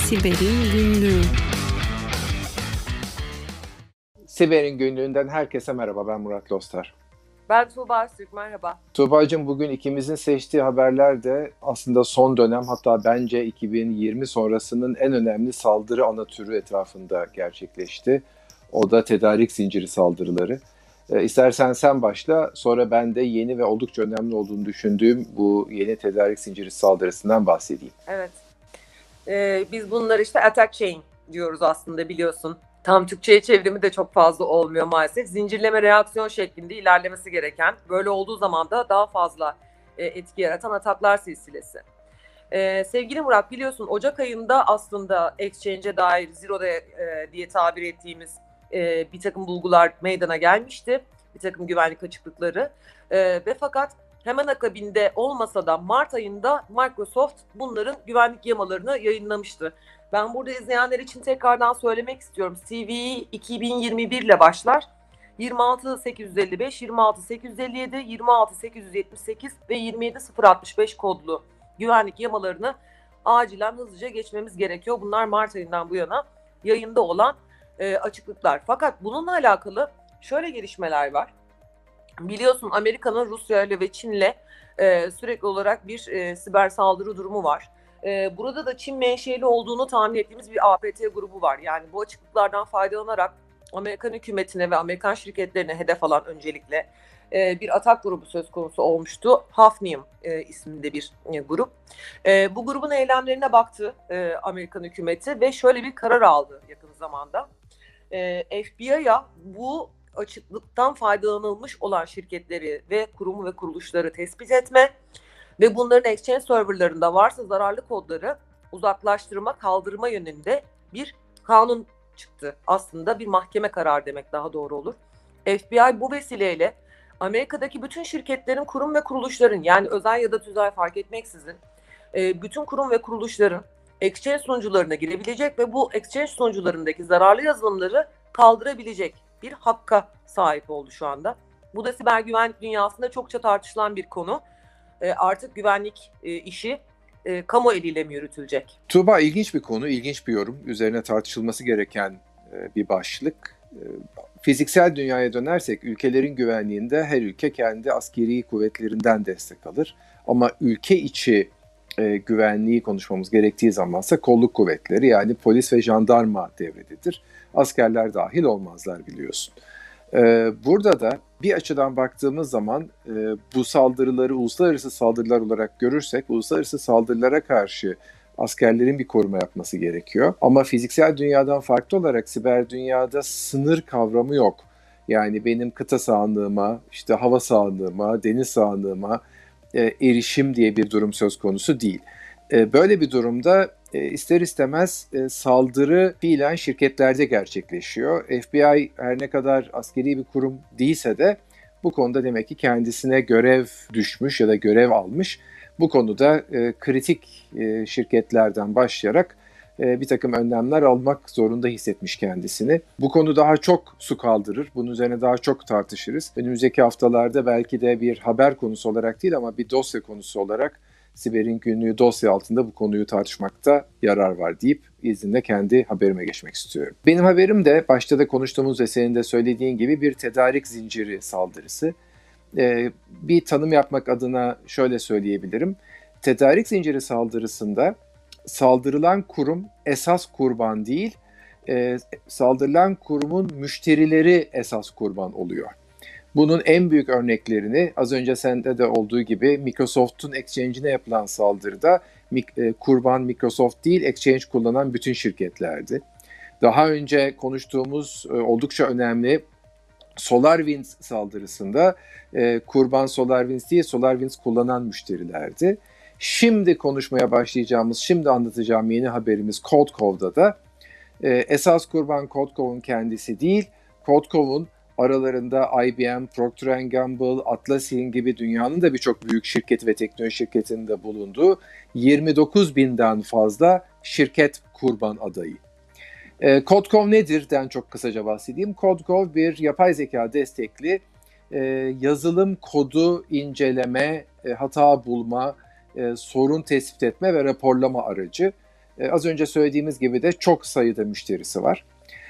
Siber'in Günlüğü. Siber'in Günlüğü'nden herkese merhaba, ben Murat Lostar. Ben Tuğba Öztürk, merhaba. Tuğba'cığım, bugün ikimizin seçtiği haberler de aslında son dönem, hatta bence 2020 sonrasının en önemli saldırı ana türü etrafında gerçekleşti. O da tedarik zinciri saldırıları. İstersen sen başla, sonra ben de yeni ve oldukça önemli olduğunu düşündüğüm bu yeni tedarik zinciri saldırısından bahsedeyim. Evet, biz bunları işte attack chain diyoruz aslında, biliyorsun. Tam Türkçe'ye çevrimi de çok fazla olmuyor maalesef. Zincirleme reaksiyon şeklinde ilerlemesi gereken, böyle olduğu zaman da daha fazla etki yaratan ataklar silsilesi. Sevgili Murat, biliyorsun Ocak ayında aslında exchange'e dair zero day diye tabir ettiğimiz bir takım bulgular meydana gelmişti. Bir takım güvenlik açıklıkları ve fakat hemen akabinde olmasa da Mart ayında Microsoft bunların güvenlik yamalarını yayınlamıştı. Ben burada izleyenler için tekrardan söylemek istiyorum. CVE 2021 ile başlar. 26855, 26857, 26878 ve 27065 kodlu güvenlik yamalarını acilen hızlıca geçmemiz gerekiyor. Bunlar Mart ayından bu yana yayında olan açıklıklar. Fakat bununla alakalı şöyle gelişmeler var. Biliyorsun Amerika'nın Rusya ile ve Çin'le sürekli olarak bir siber saldırı durumu var. Burada da Çin menşeli olduğunu tahmin ettiğimiz bir APT grubu var. Yani bu açıklıklardan faydalanarak Amerikan hükümetine ve Amerikan şirketlerine hedef alan öncelikle bir atak grubu söz konusu olmuştu. Hafnium isminde bir grup. Bu grubun eylemlerine baktı Amerikan hükümeti ve şöyle bir karar aldı yakın zamanda. FBI'ya bu açıklıktan faydalanılmış olan şirketleri ve kurumu ve kuruluşları tespit etme ve bunların exchange serverlarında varsa zararlı kodları uzaklaştırma, kaldırma yönünde bir kanun çıktı. Aslında bir mahkeme kararı demek daha doğru olur. FBI bu vesileyle Amerika'daki bütün şirketlerin, kurum ve kuruluşların, yani özel ya da tüzel fark etmeksizin bütün kurum ve kuruluşların exchange sunucularına girebilecek ve bu exchange sunucularındaki zararlı yazılımları kaldırabilecek bir hakka sahip oldu şu anda. Bu da siber güvenlik dünyasında çokça tartışılan bir konu. Artık güvenlik işi kamu eliyle mi yürütülecek? Tuğba, ilginç bir konu, ilginç bir yorum. Üzerine tartışılması gereken bir başlık. Fiziksel dünyaya dönersek ülkelerin güvenliğinde her ülke kendi askeri kuvvetlerinden destek alır. Ama ülke içi güvenliği konuşmamız gerektiği zamansa kolluk kuvvetleri, yani polis ve jandarma devrededir. Askerler dahil olmazlar, biliyorsun. Burada da bir açıdan baktığımız zaman bu saldırıları uluslararası saldırılar olarak görürsek, uluslararası saldırılara karşı askerlerin bir koruma yapması gerekiyor. Ama fiziksel dünyadan farklı olarak siber dünyada sınır kavramı yok. Yani benim kıta sahanlığıma, işte hava sahanlığıma, deniz sahanlığıma erişim diye bir durum söz konusu değil. Böyle bir durumda ister istemez saldırı fiilen şirketlerde gerçekleşiyor. FBI her ne kadar askeri bir kurum değilse de bu konuda demek ki kendisine görev düşmüş ya da görev almış. Bu konuda kritik şirketlerden başlayarak bir takım önlemler almak zorunda hissetmiş kendisini. Bu konu daha çok su kaldırır. Bunun üzerine daha çok tartışırız. Önümüzdeki haftalarda belki de bir haber konusu olarak değil ama bir dosya konusu olarak Siber'in Günlüğü dosya altında bu konuyu tartışmakta yarar var deyip izninle kendi haberime geçmek istiyorum. Benim haberim de başta da konuştuğumuz ve senin de söylediğin gibi bir tedarik zinciri saldırısı. Bir tanım yapmak adına şöyle söyleyebilirim. Tedarik zinciri saldırısında saldırılan kurum esas kurban değil, saldırılan kurumun müşterileri esas kurban oluyor. Bunun en büyük örneklerini az önce sende de olduğu gibi Microsoft'un Exchange'ine yapılan saldırıda kurban Microsoft değil, Exchange kullanan bütün şirketlerdi. Daha önce konuştuğumuz oldukça önemli SolarWinds saldırısında kurban SolarWinds değil, SolarWinds kullanan müşterilerdi. Şimdi konuşmaya başlayacağımız, şimdi anlatacağım yeni haberimiz CodeCove'da da esas kurban CodeCove'un kendisi değil, CodeCove'un aralarında IBM, Procter & Gamble, Atlassian gibi dünyanın da birçok büyük şirket ve teknoloji şirketinin de bulunduğu 29 binden fazla şirket kurban adayı. CodeCove nedir? Den çok kısaca bahsedeyim. CodeCove bir yapay zeka destekli yazılım kodu inceleme, hata bulma, sorun tespit etme ve raporlama aracı. Az önce söylediğimiz gibi de çok sayıda müşterisi var.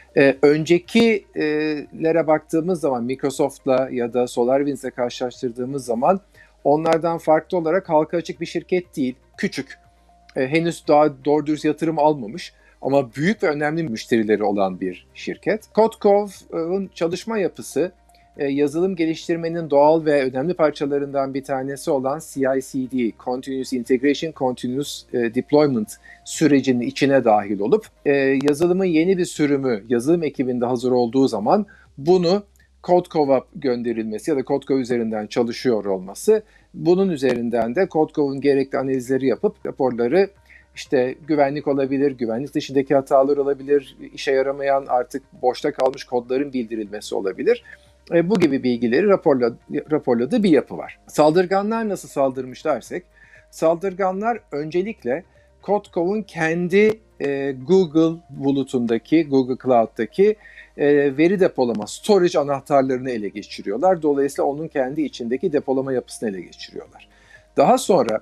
Öncekilere baktığımız zaman Microsoft'la ya da SolarWinds'le karşılaştırdığımız zaman onlardan farklı olarak halka açık bir şirket değil, küçük. Henüz daha doğru dürüst yatırım almamış ama büyük ve önemli müşterileri olan bir şirket. Codecov'un çalışma yapısı yazılım geliştirmenin doğal ve önemli parçalarından bir tanesi olan CI/CD, Continuous Integration, Continuous Deployment sürecinin içine dahil olup yazılımın yeni bir sürümü yazılım ekibinde hazır olduğu zaman bunu Codecov'a gönderilmesi ya da Codecov üzerinden çalışıyor olması, bunun üzerinden de Codecov'un gerekli analizleri yapıp raporları işte güvenlik olabilir, güvenlik dışındaki hatalar olabilir, işe yaramayan artık boşta kalmış kodların bildirilmesi olabilir. Bu gibi bilgileri raporladığı bir yapı var. Saldırganlar nasıl saldırmış dersek, saldırganlar öncelikle Codecov'un kendi Google bulutundaki, Google Cloud'daki veri depolama, storage anahtarlarını ele geçiriyorlar. Dolayısıyla onun kendi içindeki depolama yapısını ele geçiriyorlar. Daha sonra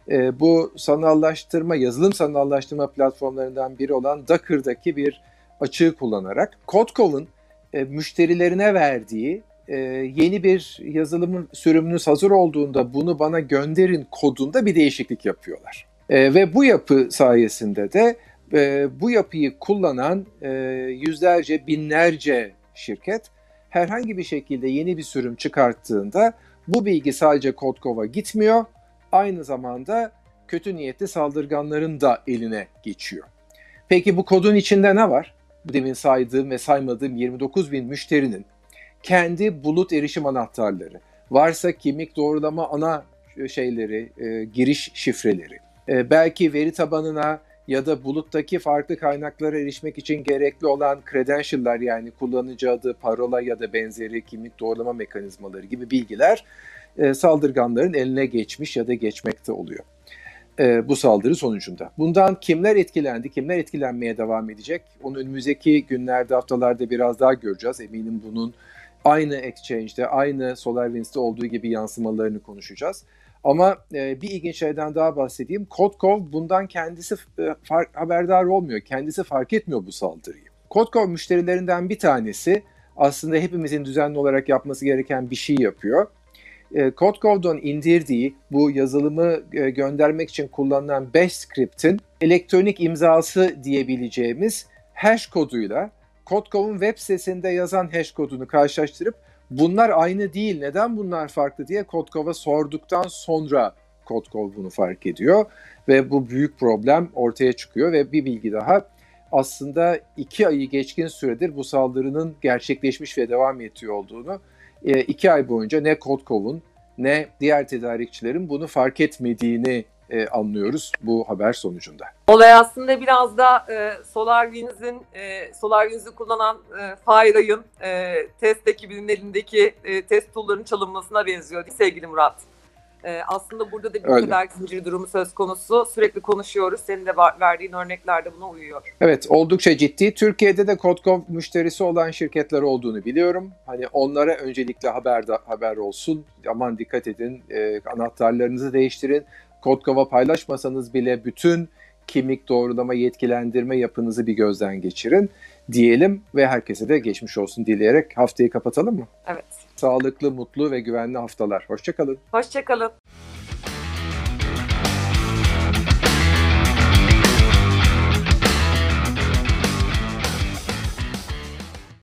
bu sanallaştırma, yazılım sanallaştırma platformlarından biri olan Docker'daki bir açığı kullanarak Codecov'un müşterilerine verdiği yeni bir yazılımın sürümünüz hazır olduğunda bunu bana gönderin kodunda bir değişiklik yapıyorlar. Ve bu yapı sayesinde de bu yapıyı kullanan yüzlerce, binlerce şirket herhangi bir şekilde yeni bir sürüm çıkarttığında bu bilgi sadece Codecov'a gitmiyor, aynı zamanda kötü niyetli saldırganların da eline geçiyor. Peki bu kodun içinde ne var? Demin saydığım ve saymadığım 29 bin müşterinin kendi bulut erişim anahtarları, varsa kimlik doğrulama ana şeyleri, giriş şifreleri, belki veri tabanına ya da buluttaki farklı kaynaklara erişmek için gerekli olan credential'lar, yani kullanıcı adı, parola ya da benzeri kimlik doğrulama mekanizmaları gibi bilgiler saldırganların eline geçmiş ya da geçmekte oluyor. Bu saldırı sonucunda. Bundan kimler etkilendi, kimler etkilenmeye devam edecek? Onu önümüzdeki günlerde, haftalarda biraz daha göreceğiz. Eminim bunun aynı Exchange'de, aynı SolarWinds'te olduğu gibi yansımalarını konuşacağız. Ama bir ilginç şeyden daha bahsedeyim. Codecov bundan kendisi haberdar olmuyor. Kendisi fark etmiyor bu saldırıyı. Codecov müşterilerinden bir tanesi aslında hepimizin düzenli olarak yapması gereken bir şey yapıyor. Codecov'dan indirdiği bu yazılımı göndermek için kullanılan bash script'in elektronik imzası diyebileceğimiz hash koduyla Codecov'un web sitesinde yazan hash kodunu karşılaştırıp bunlar aynı değil, neden bunlar farklı diye Codecov'a sorduktan sonra Codecov bunu fark ediyor ve bu büyük problem ortaya çıkıyor ve bir bilgi daha, aslında 2 ayı geçkin süredir bu saldırının gerçekleşmiş ve devam ediyor olduğunu, 2 ay boyunca ne Codecov'un ne diğer tedarikçilerin bunu fark etmediğini anlıyoruz bu haber sonucunda. Olay aslında biraz da SolarWinds'i kullanan FireEye'ın test ekibinin elindeki test tool'ların çalınmasına benziyor değil mi sevgili Murat? Aslında burada da bir tedarik zinciri durumu söz konusu. Sürekli konuşuyoruz. Senin de verdiğin örnekler de buna uyuyor. Evet, oldukça ciddi. Türkiye'de de Codecov müşterisi olan şirketler olduğunu biliyorum. Hani onlara öncelikle haber olsun. Aman dikkat edin, anahtarlarınızı değiştirin. Codecov'a paylaşmasanız bile bütün kimlik doğrulama, yetkilendirme yapınızı bir gözden geçirin diyelim ve herkese de geçmiş olsun dileyerek haftayı kapatalım mı? Evet. Sağlıklı, mutlu ve güvenli haftalar. Hoşça kalın. Hoşça kalın.